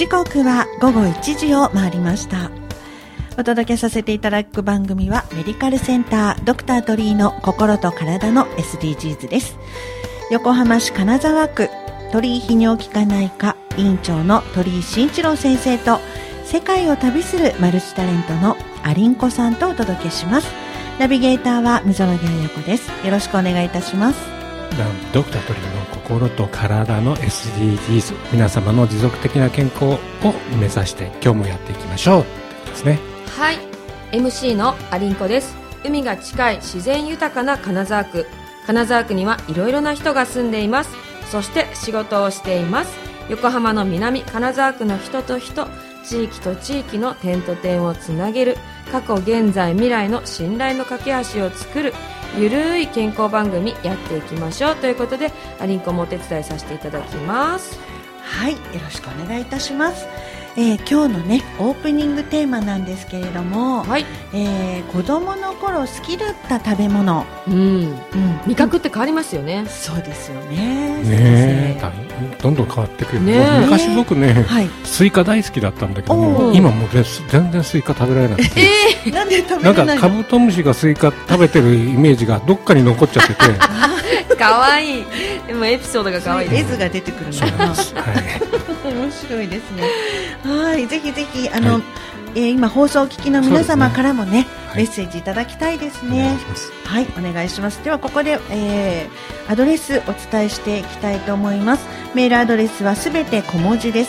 時刻は午後1時を回りました。お届けさせていただく番組はメディカルセンタードクター鳥居の心と体の SDGs です。横浜市金沢区鳥居泌尿器科内科院長の鳥居慎一郎先生と、世界を旅するマルチタレントのアリンコさんとお届けします。ナビゲーターは溝呂彩子です。よろしくお願いいたします。 ドクター鳥居の心と体の SDGs、 皆様の持続的な健康を目指して今日もやっていきましょうということですね。 はい、 MC のアリンコです。海が近い自然豊かな金沢区にはいろいろな人が住んでいます。そして仕事をしています。横浜の南金沢区の人と人、地域と地域の点と点をつなげる、過去現在未来の信頼の架け橋を作るゆるい健康番組やっていきましょうということで、アリンコもお手伝いさせていただきます。 はい、よろしくお願いいたします。今日のねオープニングテーマなんですけれども、 はい、 子供の頃好きだった食べ物、 味覚って変わりますよね。 そうですよね。 どんどん変わってくる、昔僕スイカ大好きだったんだけども、今もう全然スイカ食べられなくて、 なんで食べれないの？ なんかカブトムシがスイカ食べてるイメージがどっかに残っちゃっててかわいい。でもエピソードがかわいい。 絵図が出てくるのかな。面白いですね。はい、ぜひぜひ今放送をお聞きの皆様からもね、メッセージいただきたいですね。はい、お願いします。ではここで、アドレスお伝えしていきたいと思います。メールアドレスはすべて小文字です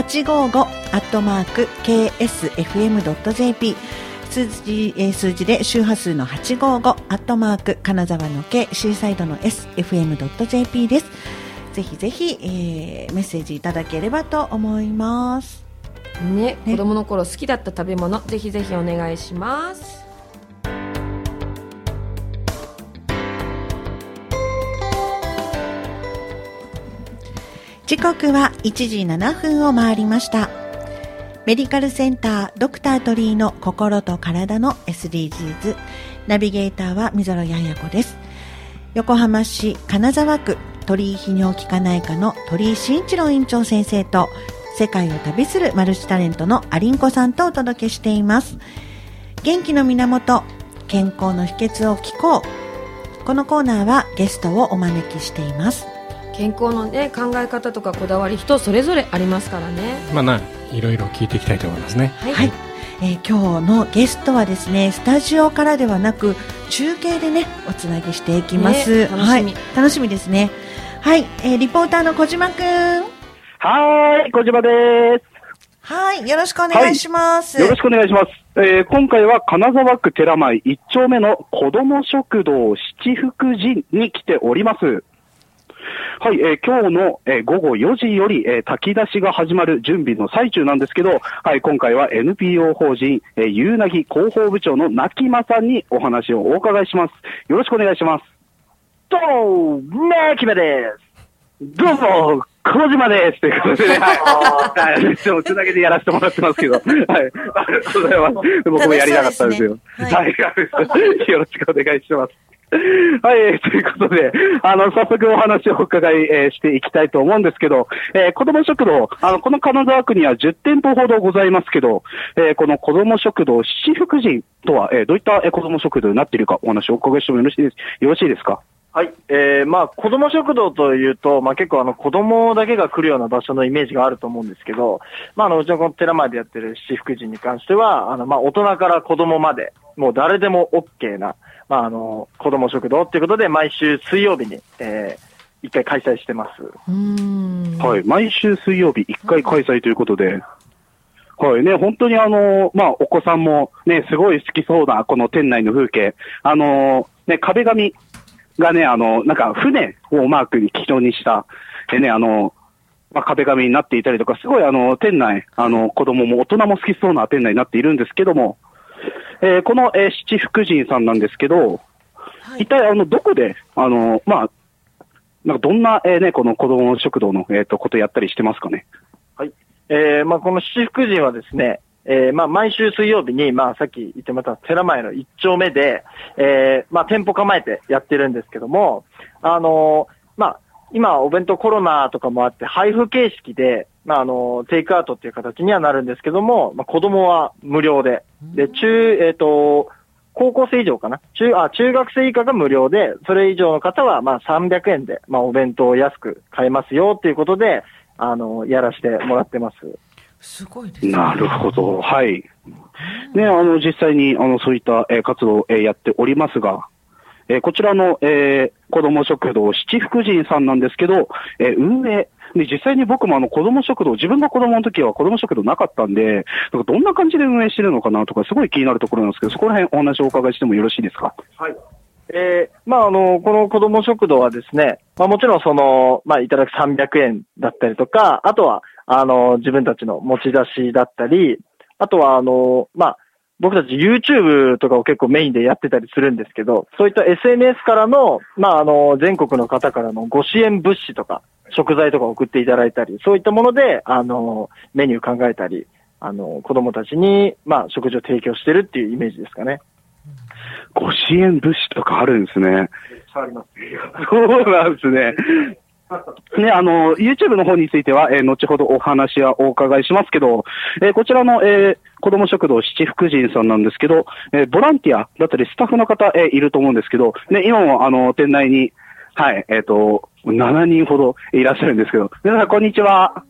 。855@ksfm.jp、数字で周波数の855金沢の K、 シーサイドの SFM.jp です。ぜひぜひ、メッセージいただければと思いますね。 子供の頃好きだった食べ物、ぜひぜひお願いします。 時刻は1時7分を回りました。メディカルセンタードクター鳥居の心と体の SDGs、 ナビゲーターは溝呂彩子です。横浜市金沢区鳥居泌尿器科内科の鳥居慎一郎院長先生と、世界を旅するマルチタレントのアリンコさんとお届けしています。元気の源、健康の秘訣を聞こう。このコーナーはゲストをお招きしています。 健康の、考え方とかこだわり、人それぞれありますからね。 いろいろ聞いていきたいと思いますね。 はい、今日のゲストはですね、スタジオからではなく中継でねおつなぎしていきます。楽しみですね。はい、リポーターの小島くん。 はい、小島です。 はい、よろしくお願いします。 よろしくお願いします。今回は金沢区寺前1丁目の子ども食堂七福神に来ております。はい、今日の、午後4時より、炊き出しが始まる準備の最中なんですけど、はい、今回は NPO 法人、ゆうなぎ広報部長のなきまさんにお話をお伺いします。よろしくお願いします。 どうも、なきまです。 どうも、小島です。ということでね、つなげてやらせてもらってますけど、はい、ありがとうございます。僕もやりたかったんですよ。はい、よろしくお願いします。はい、ということで、早速お話をお伺い、していきたいと思うんですけど、子ども食堂、この金沢区には10店舗ほどございますけど、この子ども食堂七福神とは、どういった子ども食堂になっているかお話をお伺いしてもよろしいですか？ はい、子ども食堂というと、結構子供だけが来るような場所のイメージがあると思うんですけど、うちのこの寺前でやってる七福神に関しては、大人から子供まで、もう誰でも OK な、子ども食堂っていうことで、毎週水曜日に、一回開催してます。 はい、毎週水曜日一回開催ということで、はいね、本当にお子さんもね、すごい好きそうな、この店内の風景。壁紙がね、なんか船をマークに基調にした、壁紙になっていたりとか、すごい店内、子供も大人も好きそうな店内になっているんですけども、この、七福神さんなんですけど、一体どこで、なんかどんな、この子供食堂の、ことやったりしてますかね。 はい。この七福神はですね、毎週水曜日に、さっき言ってもらった寺前の1丁目で、店舗構えてやってるんですけども、 今、お弁当コロナとかもあって、配布形式で、テイクアウトっていう形にはなるんですけども、子供は無料で、で、高校生以上かな中学生以下が無料で、それ以上の方は、300円で、お弁当を安く買えますよっていうことで、やらせてもらってます。 すごいですね。 なるほど。はい。ね、実際に、そういった、活動を、やっておりますが、こちらの、子ども食堂七福神さんなんですけど、運営、で、実際に僕も子ども食堂、自分が子供の時は子ども食堂なかったんで、どんな感じで運営してるのかなとか、すごい気になるところなんですけど、そこら辺お話をお伺いしてもよろしいですか？ はい。この子ども食堂はですね、もちろんいただく300円だったりとか、あとは、自分たちの持ち出しだったり、あとは、僕たち YouTube とかを結構メインでやってたりするんですけど、そういった SNS からの、全国の方からのご支援物資とか、食材とか送っていただいたり、そういったもので、メニュー考えたり、子供たちに、食事を提供してるっていうイメージですかね。 ご支援物資とかあるんですね。 あります。 そうなんですね。ね、YouTube の方については、後ほどお話はお伺いしますけど、こちらの、子ども食堂七福神さんなんですけど、ボランティアだったりスタッフの方、いると思うんですけど、ね、今も店内に、はい、7人ほどいらっしゃるんですけど、皆さんこんにちは。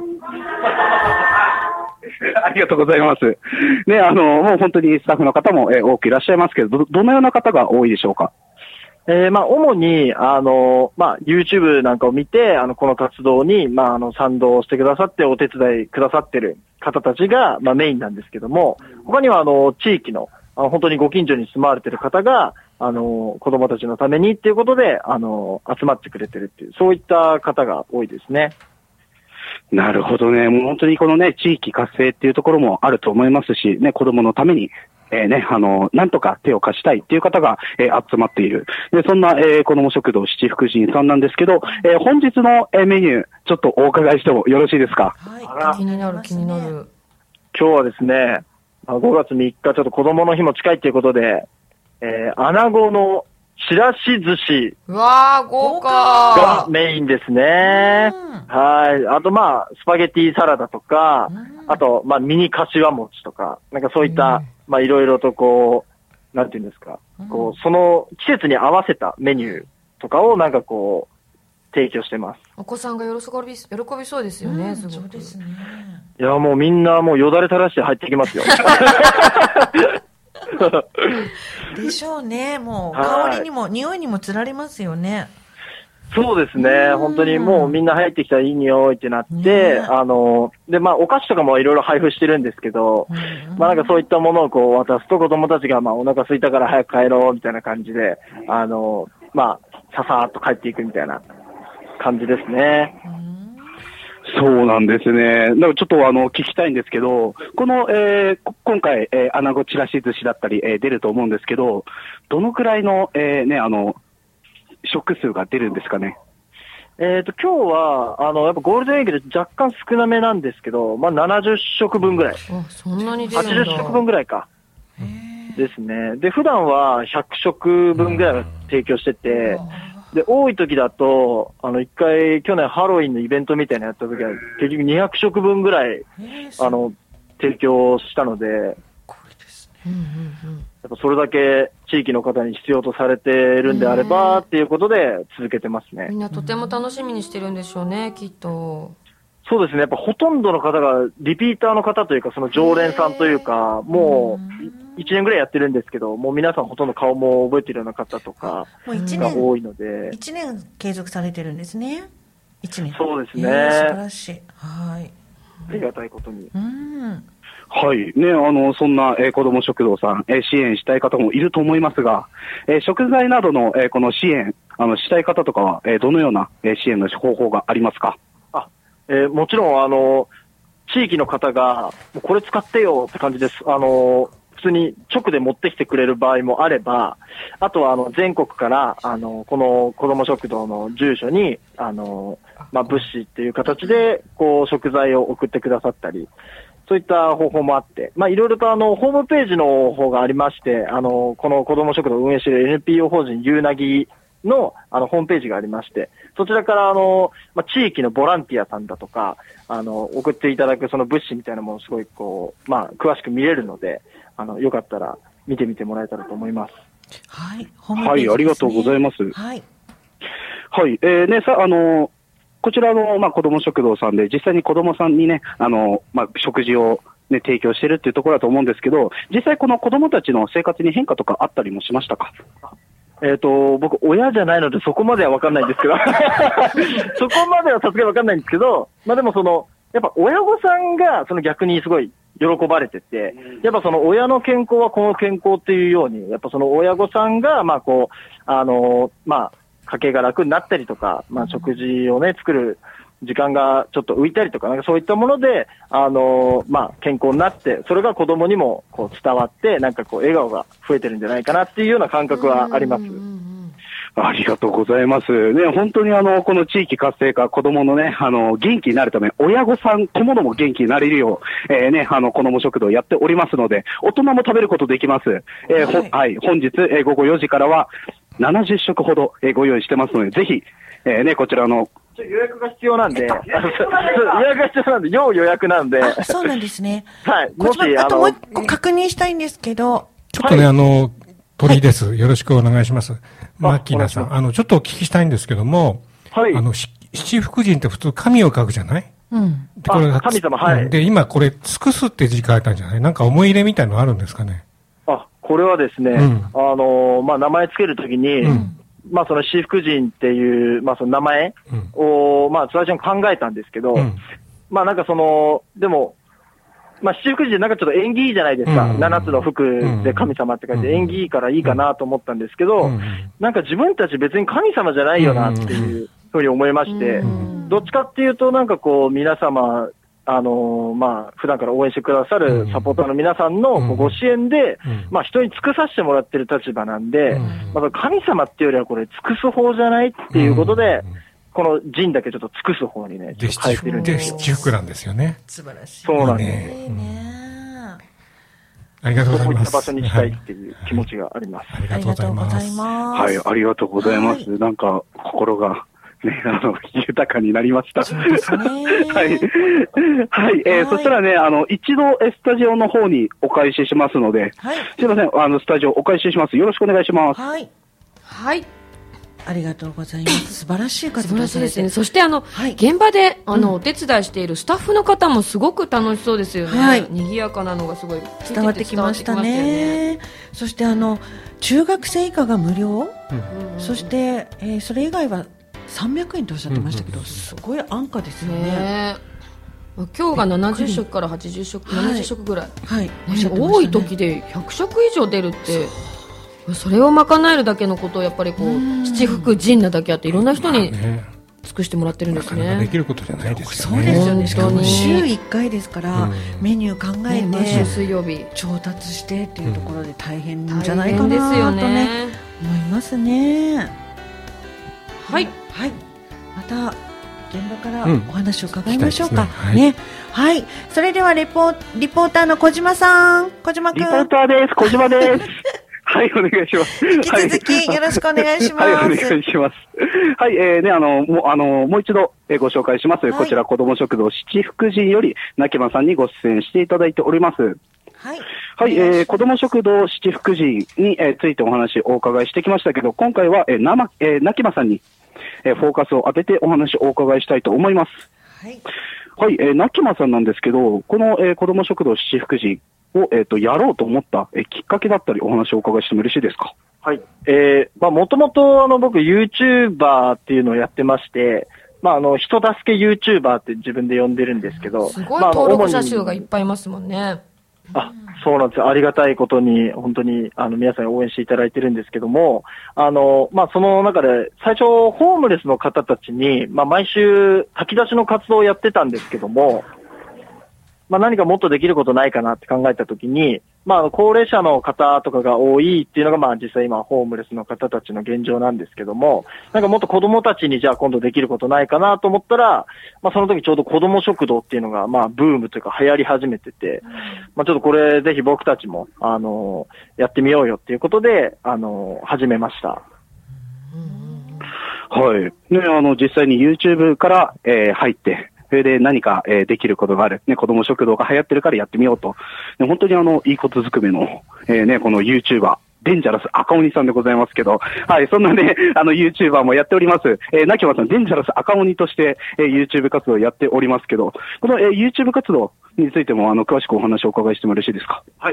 ありがとうございます。ね、もう本当にスタッフの方も、多くいらっしゃいますけど、どのような方が多いでしょうか？ 主に、YouTube なんかを見て、この活動に、賛同してくださって、お手伝いくださってる方たちが、メインなんですけども、他には、地域の、本当にご近所に住まわれてる方が、子供たちのためにっていうことで、集まってくれてるっていう、そういった方が多いですね。 なるほどね。もう本当にこのね、地域活性っていうところもあると思いますし、ね、子供のために、なんとか手を貸したいっていう方が、集まっている。で、そんな、子ども食堂七福神さんなんですけど、本日の、メニュー、ちょっとお伺いしてもよろしいですか？ はい。 気になる気になる。 今日はですね、5月3日、ちょっと子供の日も近いっていうことで、穴子のちらし寿司うわー、豪華がメインですね。はい。あとスパゲティサラダとか、あとミニ柏餅とか、なんかそういった、いろいろとこう、なんていうんですか、こう、その季節に合わせたメニューとかをなんかこう、提供してます。 お子さんが喜びそうですよね、すごく。 そうですね。 いや、もうみんなもうよだれ垂らして入ってきますよ。 でしょうね。もう香りにも匂いにもつられますよね。 そうですね。本当にもうみんな入ってきたらいい匂いってなって、で、お菓子とかもいろいろ配布してるんですけど、なんかそういったものをこう渡すと子供たちがお腹空いたから早く帰ろうみたいな感じで、ささーっと帰っていくみたいな感じですね。 そうなんですね。だからちょっと聞きたいんですけど、この、今回、穴子ちらし寿司だったり、出ると思うんですけど、どのくらいの、食数が出るんですかね。 今日は、やっぱゴールデンウィークで若干少なめなんですけど、70食分ぐらい。 そんなに出るんだ。 80食分ぐらいか。ですね。で、普段は100食分ぐらいは提供してて、で、多い時だと、一回、去年ハロウィンのイベントみたいなのやった時は、結局200食分ぐらい、提供したので、やっぱそれだけ地域の方に必要とされてるんであれば、っていうことで続けてますね。 みんなとても楽しみにしてるんでしょうね、きっと。 そうですね。やっぱほとんどの方がリピーターの方というか、その常連さんというか、もう1年ぐらいやってるんですけど、もう皆さんほとんど顔も覚えてるような方とかが多いので。 1年継続されてるんですね。1年。 そうですね。 素晴らしい。はい。 ありがたいことに。 はい。ね、そんな、子ども食堂さん、支援したい方もいると思いますが、食材などの、この支援、したい方とかは、どのような、支援の方法がありますか？ もちろん、地域の方が、これ使ってよって感じです。普通に直で持ってきてくれる場合もあれば、あとは、全国から、この子ども食堂の住所に、物資っていう形で、こう、食材を送ってくださったり、そういった方法もあって、いろいろとホームページの方がありまして、この子ども食堂を運営している NPO 法人ゆうなぎの、ホームページがありまして、そちらから、地域のボランティアさんだとか、送っていただくその物資みたいなものをすごい詳しく見れるので、よかったら見てみてもらえたらと思います。 はい。ホームページですね。 はい、ありがとうございます。 はい。 はい。こちらの、子ども食堂さんで、実際に子どもさんにね、食事をね、提供してるっていうところだと思うんですけど、実際この子どもたちの生活に変化とかあったりもしましたか？ 僕、親じゃないのでそこまではわかんないんですけど、そこまではさすがにわかんないんですけど、でもやっぱ親御さんが逆にすごい喜ばれてて、やっぱ親の健康はこの健康っていうように、やっぱ親御さんが、家計が楽になったりとか、食事をね、作る時間がちょっと浮いたりとか、そういったもので、健康になって、それが子供にも伝わって、笑顔が増えてるんじゃないかなっていうような感覚はあります。 ありがとうございます。ね、本当にこの地域活性化、子供のね、元気になるため、親御さんともども元気になれるよう、子供食堂やっておりますので、大人も食べることできます。はい、本日、午後4時からは、70食ほど、ご用意してますので、ぜひ、こちらの、 予約が必要なんで、予約が必要なんで、要予約なんで。 そうなんですね。 はい。 もし、あともう一個確認したいんですけど。 ちょっとね、鳥居です。よろしくお願いします。マキナさん。ちょっとお聞きしたいんですけども、はい。七福神って普通神を書くじゃない？ うん。 で、これが、 神様、はい。 で、今これ、尽くすって字書いたんじゃない？なんか思い入れみたいのあるんですかね？ これはですね、名前つけるときに、その七福神っていう、その名前を、最初に考えたんですけど、でも、七福神ちょっと縁起いいじゃないですか。七つの福で神様って書いて縁起いいからいいかなと思ったんですけど、自分たち別に神様じゃないよなっていうふうに思いまして、どっちかっていうと皆様、普段から応援してくださるサポーターの皆さんのご支援で、人に尽くさせてもらってる立場なんで、神様っていうよりはこれ尽くす方じゃないっていうことで、この神だけちょっと尽くす方にね、変えてるんですよ。 七福なんですよね。 素晴らしい。 そうなんです。 ありがとうございます。 こういった場所にしたいっていう気持ちがあります。 ありがとうございます。 はい、ありがとうございます。心が、ね、豊かになりました。 そうですね。 はい。はい。そしたらね、一度、スタジオの方にお返ししますので、はい。すいません、スタジオお返しします。よろしくお願いします。 はい。 はい。 ありがとうございます。素晴らしい活動素晴らしいですね。そして現場でお手伝いしているスタッフの方もすごく楽しそうですよね。はい。賑やかなのがすごい伝わってきましたね。そして中学生以下が無料。そして、それ以外は300円とおっしゃってましたけど、すごい安価ですよね。 今日が70食から80食、70食ぐらい。 はい。 多い時で100食以上出るって。それを賄えるだけのことをやっぱり七福神なだけあっていろんな人に尽くしてもらってるんですね。 できることじゃないですよね。そうですよね。しかも週1回ですから、メニュー考えて、 毎週水曜日調達してっていうところで大変じゃないかなとね、思いますね。 はい。 はい。また現場からお話を伺いましょうか。ね。はい。それではリポーターの小島さん、小島くん。 リポーターです。小島です。はい、お願いします。 引き続きよろしくお願いします。 はい、お願いします。はい、もう一度ご紹介します。こちら、子ども食堂七福神より、なきまさんにご出演していただいております。 はい。 はい、子ども食堂七福神についてお話をお伺いしてきましたけど、今回は、なきまさんに、フォーカスを当ててお話をお伺いしたいと思います。 はい。 はい、なきまさんなんですけど、この、子ども食堂七福神を、やろうと思った、きっかけだったりお話をお伺いしてもよろしいですか？ はい。もともと僕 YouTuber っていうのをやってまして、人助け YouTuber って自分で呼んでるんですけど。 すごい登録者数がいっぱいいますもんね。 そうなんですよ。ありがたいことに、本当に、皆さんに応援していただいてるんですけども、その中で、最初、ホームレスの方たちに、毎週、炊き出しの活動をやってたんですけども、何かもっとできることないかなって考えたときに、高齢者の方とかが多いっていうのが、実際今、ホームレスの方たちの現状なんですけども、もっと子供たちにじゃあ今度できることないかなと思ったら、その時ちょうど子供食堂っていうのが、ブームというか流行り始めてて、ちょっとこれぜひ僕たちも、やってみようよっていうことで、始めました。 はい。ね、実際に YouTube から、入って、それで何か、できることがある。ね、子供食堂が流行ってるからやってみようと。ね、本当にいいことずくめの、ね、この YouTuber。デンジャラス赤鬼さんでございますけど、はい、そんなね、YouTuber もやっております。なきまさん、デンジャラス赤鬼として、YouTube 活動をやっておりますけど、この、YouTube 活動についても、詳しくお話をお伺いしてもよろしいですか？ はい。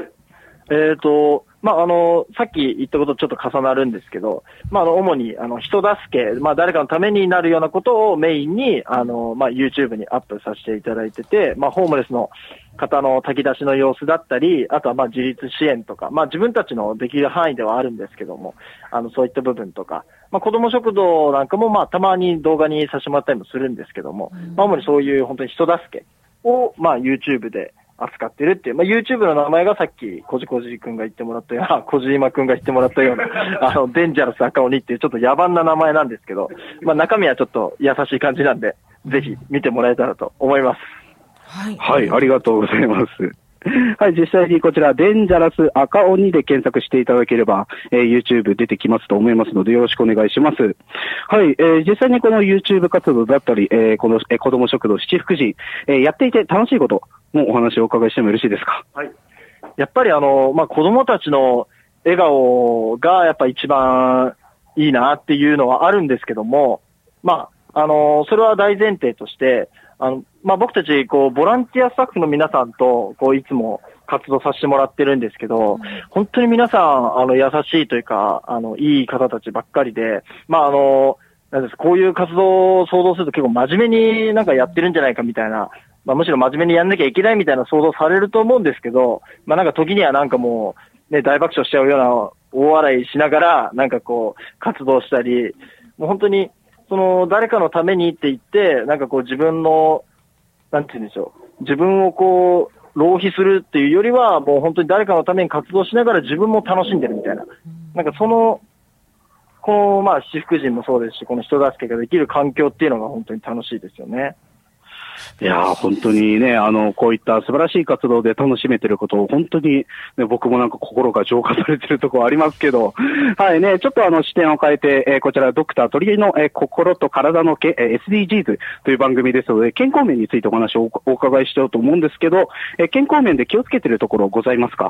さっき言ったこととちょっと重なるんですけど、主に、人助け、誰かのためになるようなことをメインに、YouTube にアップさせていただいてて、ホームレスの方の炊き出しの様子だったり、あとは自立支援とか、自分たちのできる範囲ではあるんですけども、そういった部分とか、子供食堂なんかもたまに動画にさせてもらったりもするんですけども、主にそういう本当に人助けを、YouTube で扱ってるっていう、YouTube の名前がさっき、こじくんが言ってもらったような、小島くんが言ってもらったような、デンジャラス赤鬼っていうちょっと野蛮な名前なんですけど、中身はちょっと優しい感じなんで、ぜひ見てもらえたらと思います。 はい。はい、ありがとうございます。はい、実際にこちら、デンジャラス赤鬼で検索していただければ、YouTube 出てきますと思いますので、よろしくお願いします。はい、実際にこの YouTube 活動だったり、この、子供食堂七福神、やっていて楽しいこともお話をお伺いしてもよろしいですか？ はい。やっぱり子供たちの笑顔がやっぱ一番いいなっていうのはあるんですけども、それは大前提として、僕たち、ボランティアスタッフの皆さんと、いつも活動させてもらってるんですけど、本当に皆さん、優しいというか、いい方たちばっかりで、こういう活動を想像すると結構真面目になんかやってるんじゃないかみたいな、むしろ真面目にやんなきゃいけないみたいな想像されると思うんですけど、なんか時にはなんかもう、ね、大爆笑しちゃうような大笑いしながら、なんか活動したり、もう本当に、誰かのためにって言って、なんか自分の、なんて言うんでしょう。自分を浪費するっていうよりは、もう本当に誰かのために活動しながら自分も楽しんでるみたいな。なんかこの七福神もそうですし、この人助けができる環境っていうのが本当に楽しいですよね。 いやー、本当にね、こういった素晴らしい活動で楽しめてることを、本当に、ね、僕もなんか心が浄化されてるところありますけど、はいね、ちょっと視点を変えて、こちらドクター鳥居の、心と体のSDGs という番組ですので、健康面についてお話をお伺いしようと思うんですけど、健康面で気をつけてるところございますか？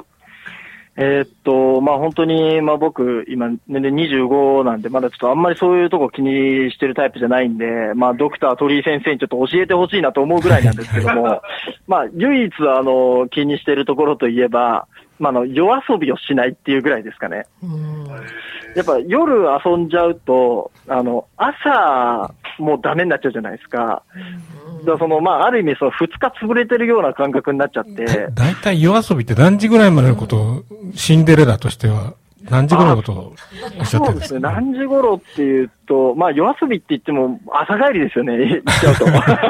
本当に、僕、今、年齢25なんで、まだちょっとあんまりそういうとこ気にしてるタイプじゃないんで、ドクター鳥居先生にちょっと教えてほしいなと思うぐらいなんですけども、唯一、気にしてるところといえば、夜遊びをしないっていうぐらいですかね。やっぱ夜遊んじゃうと、朝、もうダメになっちゃうじゃないですか。だからある意味、2日潰れてるような感覚になっちゃって。 だいたい夜遊びって何時ぐらいまでのことを、シンデレラとしては、何時頃のことをおっしゃってるんですか？ そうですね。何時頃っていうと、夜遊びって言っても朝帰りですよね、言っちゃうと。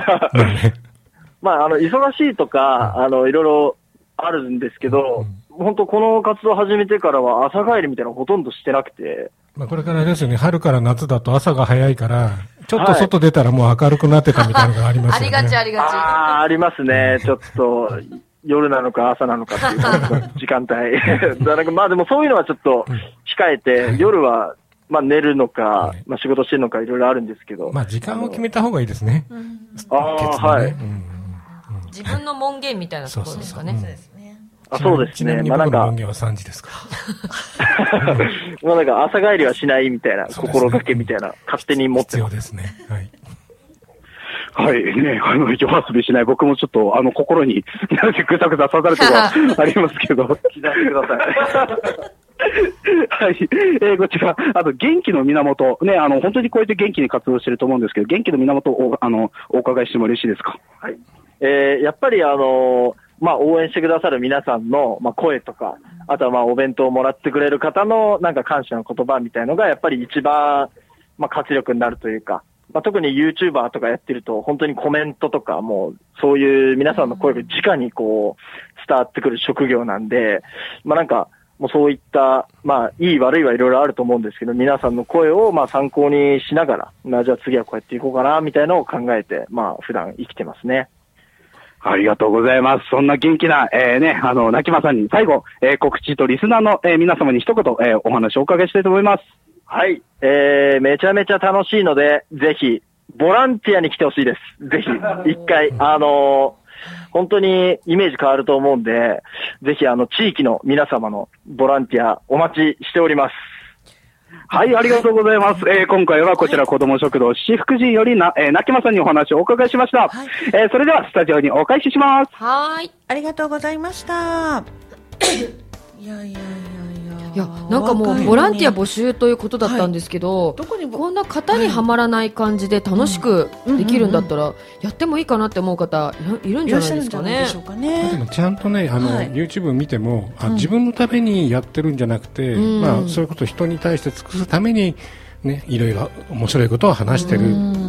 忙しいとか、いろいろあるんですけど、本当この活動を始めてからは朝帰りみたいなのほとんどしてなくて。 これからですよね、春から夏だと朝が早いから、ちょっと外出たらもう明るくなってたみたいなのがありますよね。 ありがちありがち。 ありますね。ちょっと、夜なのか朝なのかっていう時間帯。でもそういうのはちょっと控えて、夜は、寝るのか、仕事してるのかいろいろあるんですけど。 時間を決めた方がいいですね。 はい。 自分の門限みたいなところですかね。 そうですね。 僕の門限は3時ですか。 なんか朝帰りはしないみたいな、心がけみたいな、勝手に持ってます。 必要ですね。はい。 はい、ね、夜遊びしない、僕もちょっと、心に、なんかぐさぐさ刺さるとこありますけど。 刻んでください。 はい。こちら、元気の源。ね、本当にこうやって元気に活動してると思うんですけど、元気の源を、お伺いしてもよろしいですか？ はい。やっぱり応援してくださる皆さんの、声とか、あとはお弁当をもらってくれる方のなんか感謝の言葉みたいのがやっぱり一番、活力になるというか、特に YouTuber とかやってると本当にコメントとかもそういう皆さんの声が直に伝わってくる職業なんで、なんかもうそういった、いい悪いはいろいろあると思うんですけど、皆さんの声を参考にしながら、じゃあ次はこうやっていこうかなみたいなのを考えて、普段生きてますね。 ありがとうございます。そんな元気な、なきまさんに最後、告知とリスナーの、皆様に一言、お話をお伺いしたいと思います。 はい。めちゃめちゃ楽しいので、ぜひ、ボランティアに来てほしいです。ぜひ、一回、本当にイメージ変わると思うんで、ぜひ、地域の皆様のボランティアお待ちしております。 はい、ありがとうございます。今回はこちら子ども食堂七福神よりなきまさんにお話をお伺いしました。はい、それではスタジオにお返しします。 はい。 ありがとうございました。いや、 なんかもうボランティア募集ということだったんですけど、どこにこんな型にはまらない感じで楽しくできるんだったらやってもいいかなって思う方いるんじゃないですかね。 でもちゃんとねYouTube 見ても自分のためにやってるんじゃなくて、そういうことを人に対して尽くすためにね、いろいろ面白いことを話してる、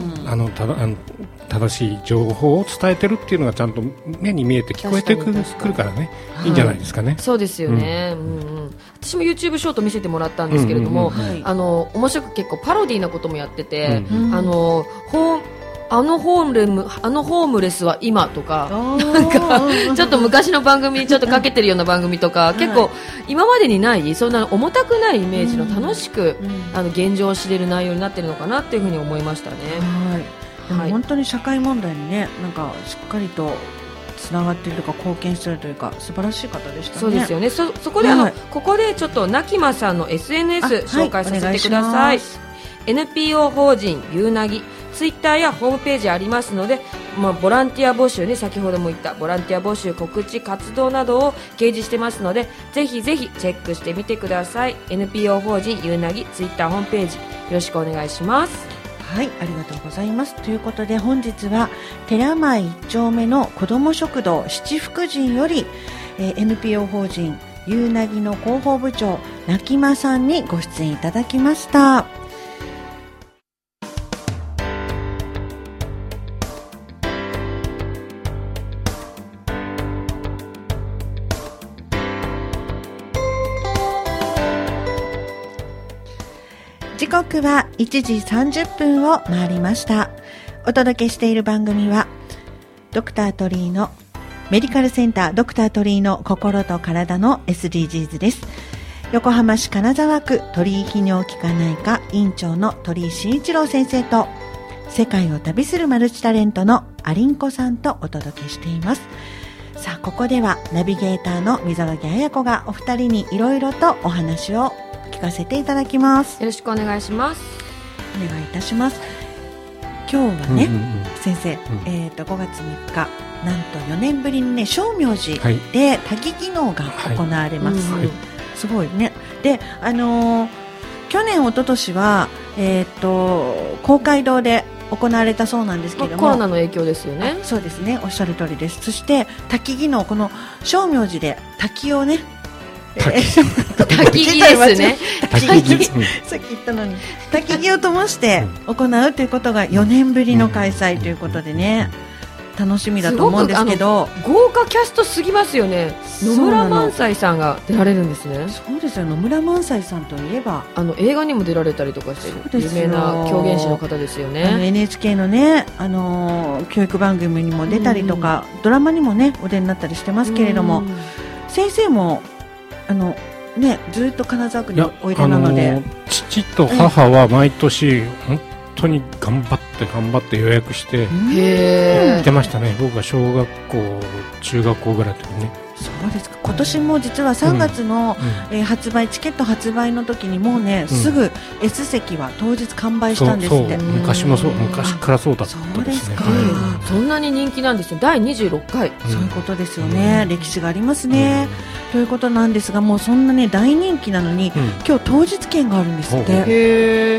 正しい情報を伝えてるっていうのがちゃんと目に見えて聞こえてくるからね、いいんじゃないですかね。 そうですよね。私も YouTube ショート見せてもらったんですけれども、面白く結構パロディーなこともやってて、あのホームレスは今とか、なんかちょっと昔の番組にちょっとかけてるような番組とか、結構今までにないそんな重たくないイメージの楽しく現状を知れる内容になってるのかなっていうふうに思いましたね。 でも本当に社会問題にね、なんかしっかりとつながっているとか貢献しているというか素晴らしい方でしたね。そうですよね。そこでここでちょっとなきまさんの SNS 紹介させてください。NPO 法人ゆうなぎツイッターやホームページありますので、ボランティア募集ね、先ほども言ったボランティア募集告知活動などを掲示してますので、ぜひぜひチェックしてみてください。 NPO 法人ゆうなぎツイッターホームページよろしくお願いします。 はい、ありがとうございます。ということで本日は寺前一丁目の子ども食堂七福神より、NPO 法人ゆうなぎの広報部長なきまさんにご出演いただきました。時刻は1時30分を回りました。お届けしている番組はドクタートリーのメディカルセンタードクタートリーの心と体の SDGs です。横浜市金沢区鳥居泌尿器科内科院長の鳥居慎一郎先生と世界を旅するマルチタレントのアリンコさんとお届けしています。さあ、ここではナビゲーターの溝垣彩子がお二人にいろいろとお話を聞かせていただきます。 よろしくお願いします。 お願いいたします。今日はね、先生、5月3日なんと4年ぶりにね、正明寺で滝技能が行われます。すごいね。で、去年一昨年は公会堂で行われたそうなんですけれども、 コロナの影響ですよね。 そうですね、おっしゃる通りです。そして滝技能、この正明寺で滝をね、 滝儀ですね。 さっき言ったのに滝儀を灯して行うということが4年ぶりの開催ということでね、楽しみだと思うんですけど、 豪華キャストすぎますよね。野村萬斎さんが出られるんですね。 そうですよ。野村萬斎さんといえば映画にも出られたりとかして有名な狂言師の方ですよね。 NHK のね、教育番組にも出たりとか、ドラマにもねお出になったりしてますけれども、先生もずっと金沢区においでなので、 父と母は毎年本当に頑張って予約して行ってましたね。僕が小学校中学校ぐらいの時にね。 そうですか。今年も実は3月の、発売チケット発売の時にもうね、すぐ S 席は当日完売したんですって。 昔からそうだったですね。 そんなに人気なんですよ。第26回、 そういうことですよね。歴史がありますね。ということなんですが、もうそんなね大人気なのに、今日当日券があるんですって。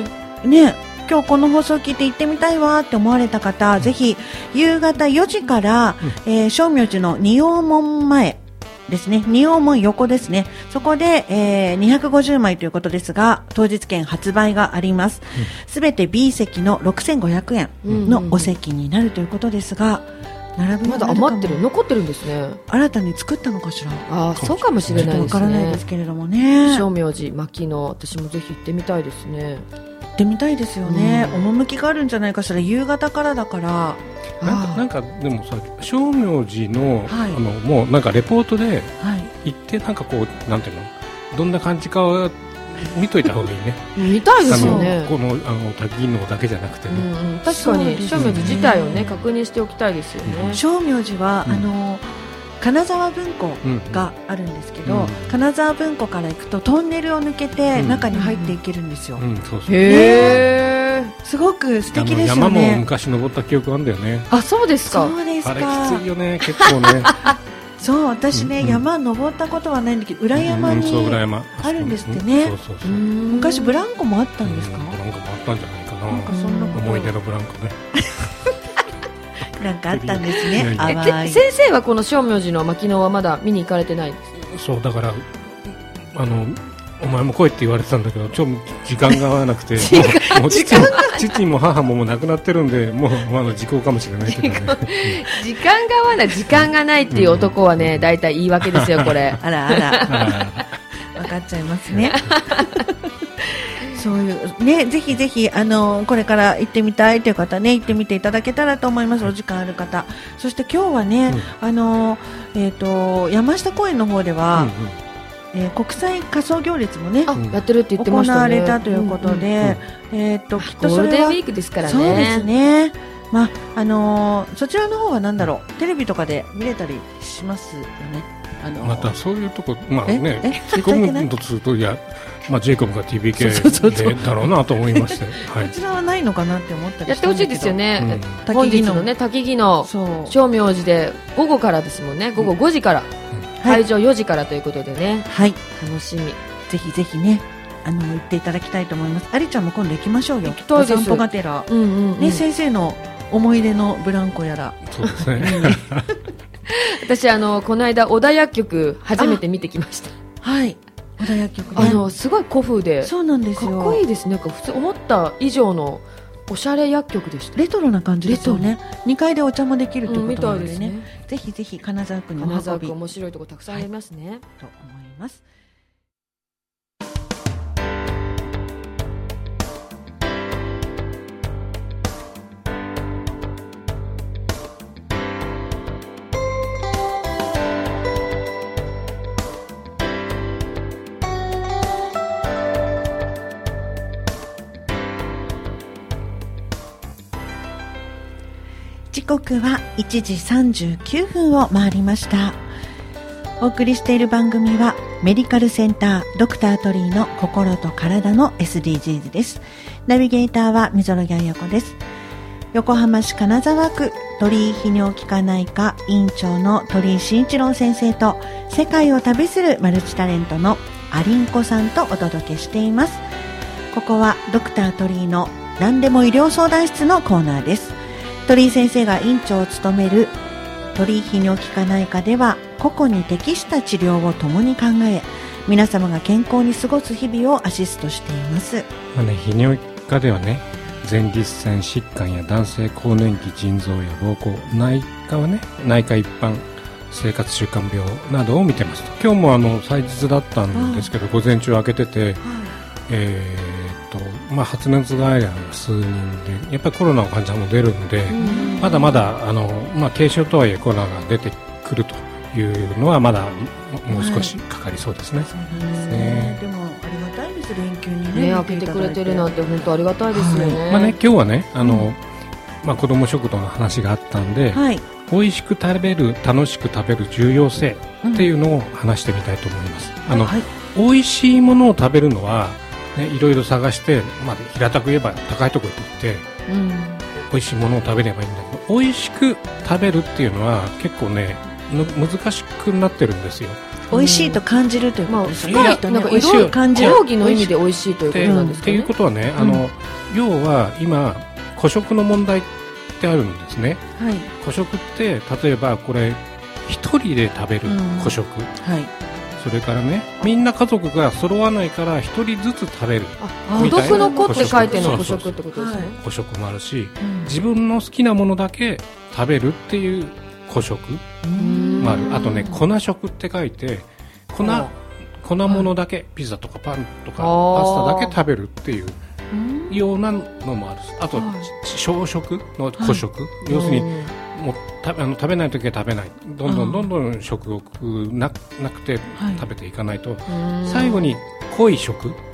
ね、今日この放送を聞いて行ってみたいわって思われた方、ぜひ夕方4時から、正明寺の仁王門前ですね、仁王門横ですね、そこで、250枚ということですが、当日券発売があります。すべて B 席の6500円のお席になるということですが、 まだ余ってる、残ってるんですね。 新たに作ったのかしら。 そうかもしれないですね。 わからないですけれどもね。 正明寺牧野、私もぜひ行ってみたいですね。 行ってみたいですよね。趣があるんじゃないかしら。夕方からだから。 なんかでもさ、正明寺の、もうなんかレポートで行って、なんかこうなんていうの、どんな感じか見といた方がいいね。 見たいですよね。 この多機能だけじなくてね、 確かに正明寺自体をね確認しておきたいですよね。 正明寺は金沢文庫があるんですけど、金沢文庫から行くとトンネルを抜けて中に入っていけるんですよ。 へー、 すごく素敵ですよね。 山も昔登った記憶あるんだよね。 あ、そうですか。 そうですか。 あれきついよね、結構ね。 そう、私ね、山登ったことはないんだけど、裏山にあるんですってね。昔ブランコもあったんですか？ ブランコもあったんじゃないかな。 なんかそんなこと思い出のブランコね。 なんかあったんですね。 先生はこの正明寺の牧野はまだ見に行かれてないです。 そうだからお前も来いって言われてたんだけど、時間が合わなくて、もう父も母ももう亡くなってるんで、もう時効かもしれないけどね。 時間が合わない、時間がないっていう男はね、だいたい言い訳ですよ、これ。 あらあら。分かっちゃいますね。そういうね、ぜひぜひこれから行ってみたいという方ね、行ってみていただけたらと思います。お時間ある方。そして今日はね、山下公園の方では、国際仮装行列もね、 やってるって言ってましたね。 行われたということで、きっとそれはゴールデンウィークですからね。 そうですね。まあそちらの方はなんだろう、テレビとかで見れたりしますよね。 またそういうとこ、まあね、聞き込むとすると、いや、まあジェイコブが TBK でだろうなと思いまして、こちらはないのかなって思ったりやってほしいですよね。本日のね、滝木の正明寺で午後からですもんね。午後5時から。会場4時からということでね、はい、楽しみ。 ぜひぜひね、行っていただきたいと思います。ありちゃんも今度行きましょうよ。 お散歩がてら、ね、先生の思い出のブランコやら。 そうですね。 私この間小田薬局初めて見てきました。 はい。小田薬局ね。 すごい古風で、 そうなんですよ。 かっこいいですね。普通思った以上のおしゃれ薬局でした。 レトロな感じですよね。2階でお茶もできるということなのでね。 みたいですね。 ぜひぜひ金沢区に金沢区面白いところたくさんありますね。 と思います。時刻は1時39分を回りました。お送りしている番組はメディカルセンタードクタートリーの心と体の SDGs です。ナビゲーターは溝呂彩子です。横浜市金沢区鳥居泌尿器科内科院長の鳥居慎一郎先生と、世界を旅するマルチタレントのアリンコさんとお届けしています。ここはドクタートリーの何でも医療相談室のコーナーです。鳥居先生が院長を務める鳥居泌尿器科内科では、個々に適した治療を共に考え、皆様が健康に過ごす日々をアシストしています。 泌尿器科ではね、前立腺疾患や男性更年期腎臓や膀胱、内科はね、内科一般生活習慣病などを見てますと。今日も祭日だったんですけど、午前中開けてて、発熱外来が数人で、やっぱりコロナの患者も出るので、まだまだ軽症とはいえコロナが出てくるというのはまだもう少しかかりそうですね。 そうなんですね。でもありがたいです。連休にね、 開けてくれてるなんて本当ありがたいですよね。 今日はね、子ども食堂の話があったんで、美味しく食べる、楽しく食べる重要性っていうのを話してみたいと思います。美味しいものを食べるのは、いろいろ探して、平たく言えば高いところに行って、美味しいものを食べればいいんだけど、美味しく食べるっていうのは結構ね、難しくなってるんですよ。 美味しいと感じるということですね。 なんかいろいろ感じる。容疑の意味で美味しいということなんですかね。 っていうことはね、要は今個食の問題ってあるんですね。個食って例えばこれ一人で食べる個食。それからね、みんな家族が揃わないから一人ずつ食べる。 孤独の子って書いての個食ってことですね。 個食もあるし、自分の好きなものだけ食べるっていう個食もある。あとね、粉食って書いて、粉物だけ、ピザとかパンとかパスタだけ食べるっていうようなのもある。あと小食の個食、要するにもう食べないときは食べない、どんどん食欲なくて食べていかないと、最後に濃い食、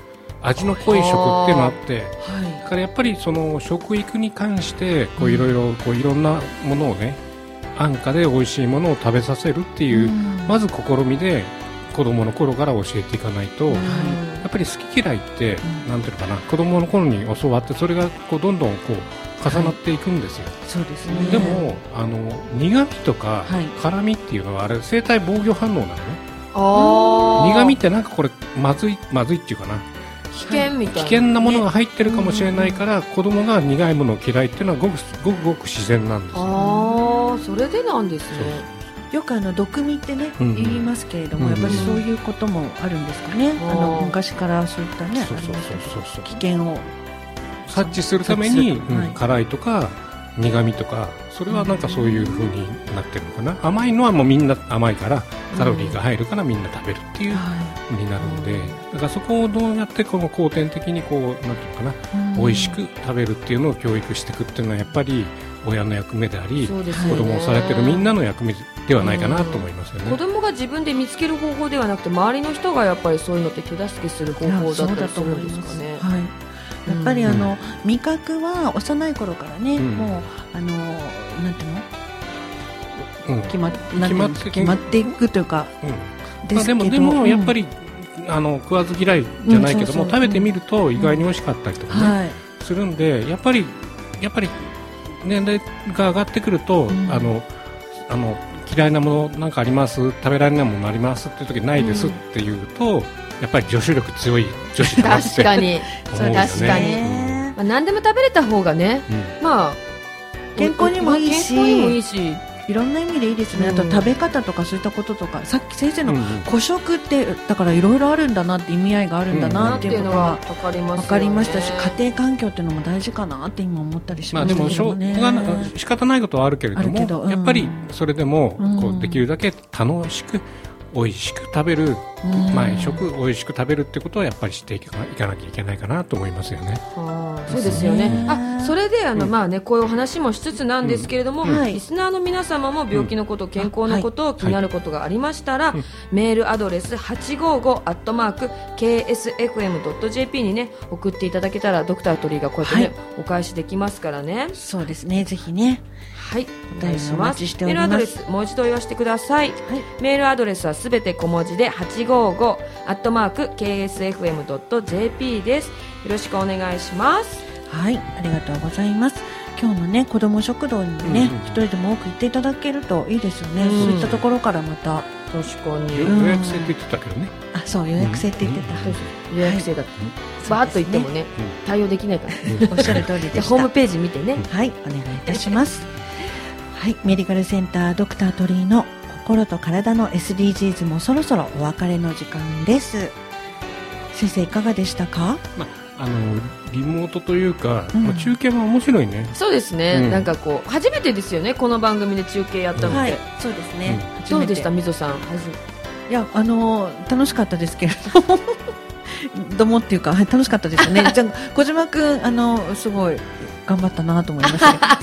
味の濃い食っていうのがあって、だからやっぱりその食育に関してこういろんなものをね、安価で美味しいものを食べさせるっていう、まず試みで子供の頃から教えていかないと、やっぱり好き嫌いって、なんていうのかな、子供の頃に教わってそれがこうどんどんこう重なっていくんですよ。 そうですね。 でも苦味とか辛味っていうのはあれ生体防御反応なのね。苦味ってなんかこれまずいっていうかな、 危険みたいな、 危険なものが入ってるかもしれないから、子供が苦いものを嫌いっていうのはごくごく自然なんですよ。 それでなんですね。 よく毒味ってね、言いますけれども、やっぱりそういうこともあるんですかね。昔からそういったね、危険を察知するために、辛いとか苦味とか、それはなんかそういう風になってるのかな。甘いのはもうみんな甘いからカロリーが入るからみんな食べるっていう風になるので、だからそこをどうやってこの後天的にこうなんていうのかな、美味しく食べるっていうのを教育していくっていうのはやっぱり親の役目であり、子供をされてるみんなの役目ではないかなと思いますよね。 子供が自分で見つける方法ではなくて、周りの人がやっぱりそういうのって手助けする方法だったりするんですかね。 やっぱり味覚は幼い頃からね、もうなんていうの、決まっていくというか、ですけど、 でもやっぱり食わず嫌いじゃないけども、食べてみると意外に美味しかったりとかね、するんで、やっぱり年齢が上がってくると、嫌いなものなんかあります、食べられないものありますっていう時ないですって言うと、やっぱり女子力強い女子だなって確かに思うよね。 確かに、何でも食べれた方がね、まあ健康にもいいし、いろんな意味でいいですね。あと食べ方とかそういったこととか、さっき先生の個食ってだからいろいろあるんだなって、意味合いがあるんだなっていうのが分かりましたし、家庭環境っていうのも大事かなって今思ったりしましたけどね。 でも仕方ないことはあるけれども、やっぱりそれでもこうできるだけ楽しく美味しく食べる、毎食美味しく食べるってことはやっぱりしていかなきゃいけないかなと思いますよね。 そうですよね。それでまあね、こういう話もしつつなんですけれども、リスナーの皆様も病気のこと、健康のこと、気になることがありましたら、メールアドレス 855@ksfm.jp にね送っていただけたら、ドクタートリーがこうやってね、お返しできますからね。 そうですね、ぜひね。 はい、お願いします。メールアドレスもう一度言わせてください。メールアドレスはすべて小文字で 855@ksfm.jp です。よろしくお願いします。 はい、ありがとうございます。今日のね、子ども食堂にね、一人でも多く行っていただけるといいですよね。そういったところからまた。 確かに。 予約制って言ってたけどね。 そう、予約制って言ってた。 予約制だった。バーッと言ってもね、対応できないから。 おっしゃる通りでした。 ホームページ見てね。 はい、お願いいたします。はい、メディカルセンタードクタートリーの心と体の SDGs もそろそろお別れの時間です。先生いかがでしたか？ リモートというか、中継も面白いね。 そうですね、なんかこう初めてですよね、ここの番組で中継やったので。 そうですね。 どうでしたみぞさん？ いや楽しかったですけれどもどうもっていうか、楽しかったですね。じゃあ小島くんすごい頑張ったなと思いました。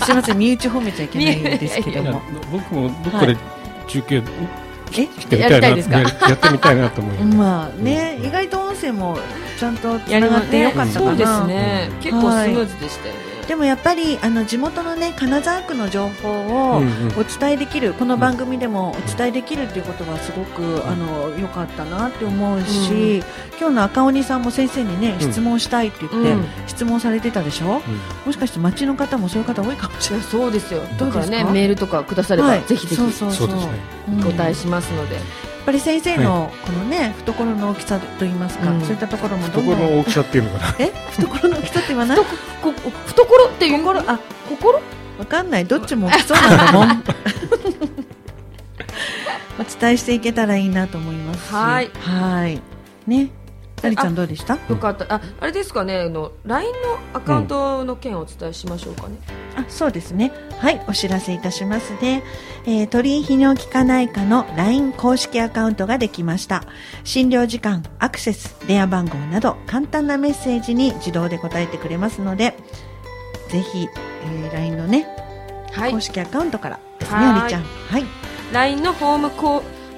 すみません、身内褒めちゃいけないんですけども。 僕もどっかで中継やりたいですか？ やってみたいなと思います。 まあね、意外と音声もちゃんとつながってよかったかな。 そうですね。結構スムーズでしたよね。 でもやっぱり地元のね、金沢区の情報をお伝えできる、この番組でもお伝えできるっていうことはすごく良かったなって思うし、今日の赤鬼さんも先生にね、質問したいって言って質問されてたでしょ。もしかして町の方もそういう方多いかもしれない。 そうですよ。だからね、メールとかくださればぜひぜひお答えしますので。 やっぱり先生のこのね、懐の大きさといいますか、そういったところもどんどん。 懐の大きさっていうのかな。 懐の大きさって言わない？ 懐っていう心？心？ わかんない。どっちも大きそうなんだもん。お伝えしていけたらいいなと思いますし。はい。ね。ありちゃんどうでした？ よかった。あれですかね、LINE のアカウントの件をお伝えしましょうかね。 そうですね。はい、お知らせいたしますね。鳥居泌尿器科内科の LINE 公式アカウントができました。診療時間、アクセス、電話番号など簡単なメッセージに自動で答えてくれますので、ぜひ、LINE のね、公式アカウントからですね、ありちゃん。はい。 LINE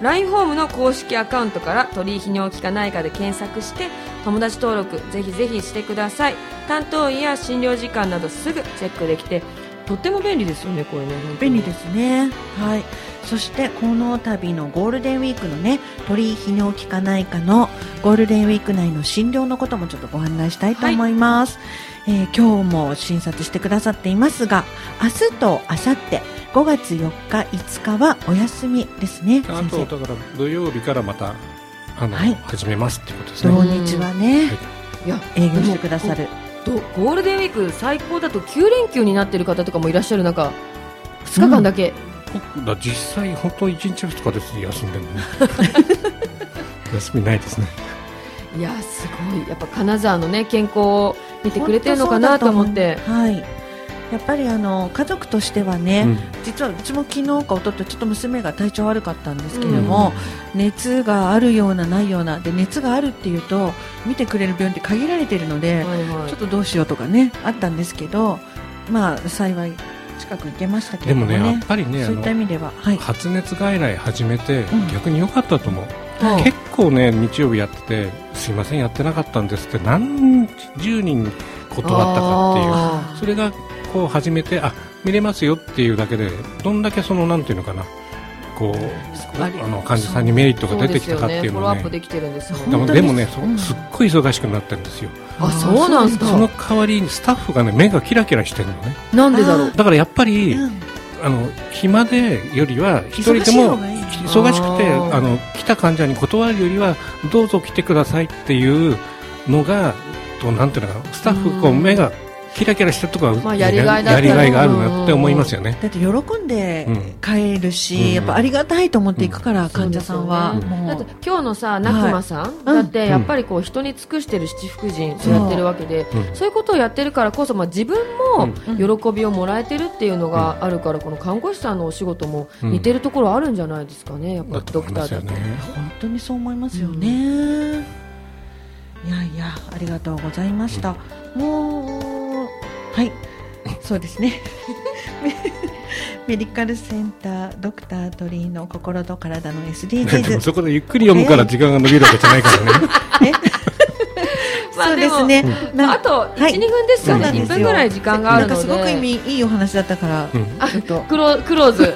LINE ホームの公式アカウントから鳥居泌尿器科内科で検索して友達登録ぜひぜひしてください。担当医や診療時間などすぐチェックできてとっても便利ですよね、これね。 便利ですね。はい。そしてこの度のゴールデンウィークのね、鳥居泌尿器科内科のゴールデンウィーク内の診療のこともちょっとご案内したいと思います。今日も診察してくださっていますが、明日と明後日5月4日5日はお休みですね。 あとだから土曜日からまた始めますってことですね。 土日はね、いや営業してくださる。 ゴールデンウィーク最高だと9連休になっている方とかもいらっしゃる中、2日間だけ、 だ実際本当1日2日です休んでるのね休みないですね。 いやすごい、やっぱ金沢のね健康を見てくれてるのかなと思って。 はい、やっぱり家族としてはね、実はうちも昨日か一昨日ちょっと娘が体調悪かったんですけれども、熱があるようなないようなで、熱があるっていうと見てくれる病院って限られているので、ちょっとどうしようとかねあったんですけど、まあ幸い近く行けましたけどもね。 でもね、やっぱりね、 そういった意味では、 発熱外来始めて、逆に良かったと思う。結構ね日曜日やってて、すいませんやってなかったんですって何十人断ったかっていう、それがこう始めて見れますよっていうだけでどんだけそのなんていうのかな、こう患者さんにメリットが出てきたかっていうのをね、でもねすっごい忙しくなってるんですよ。 そうなんですか。 その代わりにスタッフがね目がキラキラしてるのね。 なんでだろう。 だからやっぱり、暇でよりは一人でも忙しくて来た患者に断るよりはどうぞ来てくださいっていうのがなんていうのかな、スタッフこう目がキラキラしたところはやりがいがあるなって思いますよね。 だって喜んで帰るし、やっぱありがたいと思っていくから、患者さんはだって今日のさナクマさんだってやっぱりこう人に尽くしてる七福神をやってるわけで、そういうことをやってるからこそ、自分も喜びをもらえてるっていうのがあるから、この看護師さんのお仕事も似てるところあるんじゃないですかね、やっぱドクターだと。 本当にそう思いますよね。いやいや、ありがとうございました。もうはい、そうですねメディカルセンタードクター鳥居の心と体の SDGs でもそこでゆっくり読むから時間が伸びるわけじゃないからねそうですね、 あと 1,2 分ですかね、1分ぐらい時間があるので、 すごくいいお話だったから、 クローズ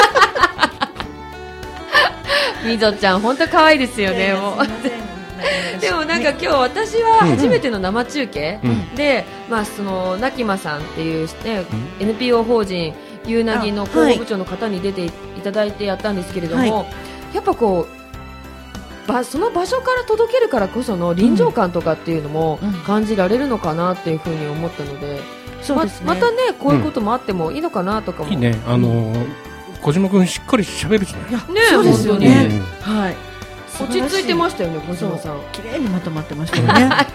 みぞちゃん本当可愛いですよね。もうでもなんか今日私は初めての生中継で、そのなきまさんっていう、ね、NPO 法人ゆうなぎの広報部長の方に出ていただいてやったんですけれども、やっぱこうその場所から届けるからこその臨場感とかっていうのも感じられるのかなっていうふうに思ったので、またねこういうこともあってもいいのかなとかも。いいね、 小島君しっかり喋るじゃない。 そうですよね。はい。 落ち着いてましたよね、小島さん。 綺麗にまとまってましたよね。はい、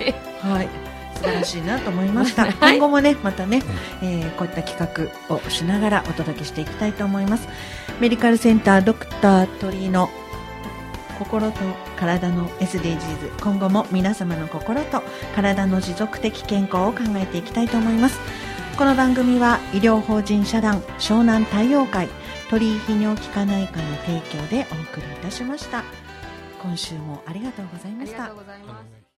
素晴らしいなと思いました。今後もね、またね、こういった企画をしながらお届けしていきたいと思います。メディカルセンタードクター鳥居の心と体の SDGs、今後も皆様の心と体の持続的健康を考えていきたいと思います。この番組は医療法人社団湘南太陽会鳥居泌尿器科内科の提供でお送りいたしました。今週もありがとうございました。